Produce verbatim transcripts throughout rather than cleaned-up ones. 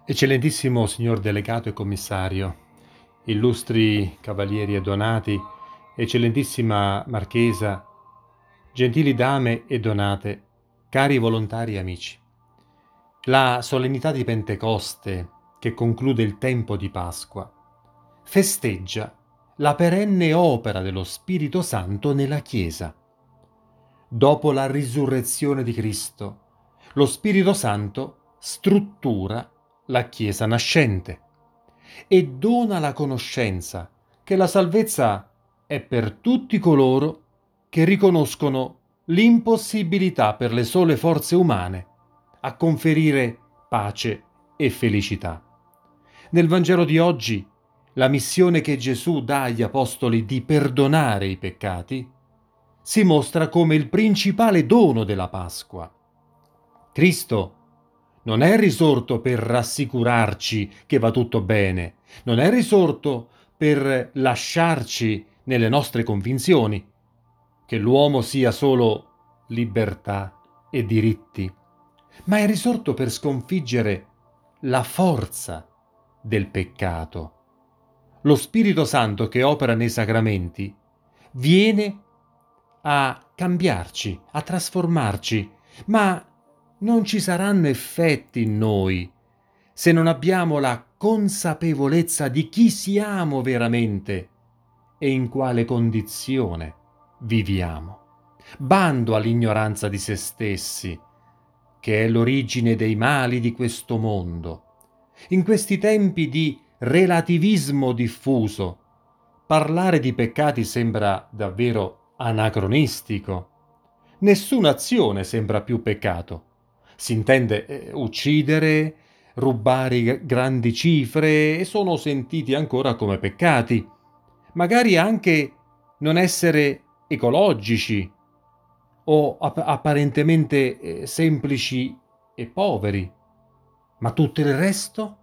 Eccellentissimo signor delegato e commissario, illustri cavalieri e donati, eccellentissima marchesa, gentili dame e donate, cari volontari e amici. La solennità di Pentecoste, che conclude il tempo di Pasqua, festeggia la perenne opera dello Spirito Santo nella Chiesa. Dopo la risurrezione di Cristo, lo Spirito Santo struttura la Chiesa nascente e dona la conoscenza che la salvezza è per tutti coloro che riconoscono l'impossibilità per le sole forze umane a conferire pace e felicità. Nel Vangelo di oggi, la missione che Gesù dà agli apostoli di perdonare i peccati si mostra come il principale dono della Pasqua. Cristo non è risorto per rassicurarci che va tutto bene, non è risorto per lasciarci nelle nostre convinzioni, che l'uomo sia solo libertà e diritti, ma è risorto per sconfiggere la forza del peccato. Lo Spirito Santo che opera nei sacramenti viene a cambiarci, a trasformarci, ma non ci saranno effetti in noi se non abbiamo la consapevolezza di chi siamo veramente e in quale condizione viviamo. Bando all'ignoranza di se stessi, che è l'origine dei mali di questo mondo. In questi tempi di relativismo diffuso, parlare di peccati sembra davvero anacronistico. Nessuna azione sembra più peccato. Si intende eh, uccidere, rubare g- grandi cifre e sono sentiti ancora come peccati. Magari anche non essere ecologici o app- apparentemente eh, semplici e poveri. Ma tutto il resto?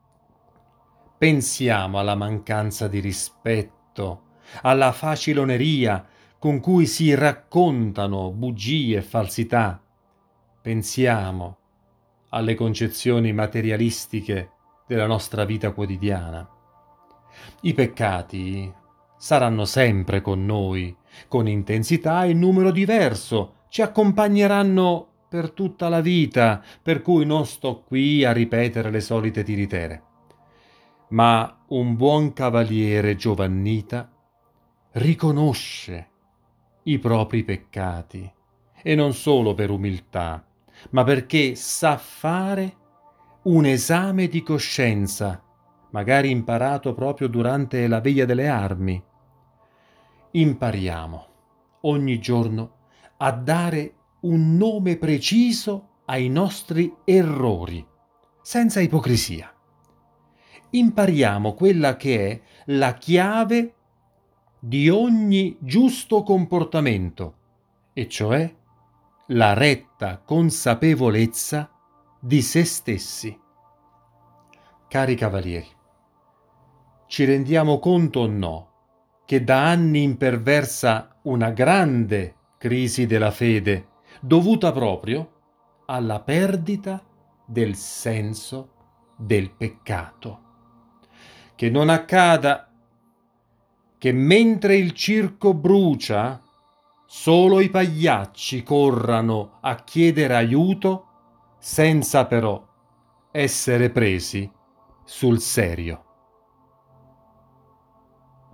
Pensiamo alla mancanza di rispetto, alla faciloneria con cui si raccontano bugie e falsità. Pensiamo alle concezioni materialistiche della nostra vita quotidiana. I peccati saranno sempre con noi, con intensità e numero diverso, ci accompagneranno per tutta la vita, per cui non sto qui a ripetere le solite tiritere. Ma un buon cavaliere giovannita riconosce i propri peccati, e non solo per umiltà, ma perché sa fare un esame di coscienza, magari imparato proprio durante la veglia delle armi. Impariamo ogni giorno a dare un nome preciso ai nostri errori, senza ipocrisia. Impariamo quella che è la chiave di ogni giusto comportamento, e cioè la retta consapevolezza di se stessi. Cari cavalieri, ci rendiamo conto o no che da anni imperversa una grande crisi della fede dovuta proprio alla perdita del senso del peccato? Che non accada che mentre il circo brucia, solo i pagliacci corrano a chiedere aiuto senza però essere presi sul serio.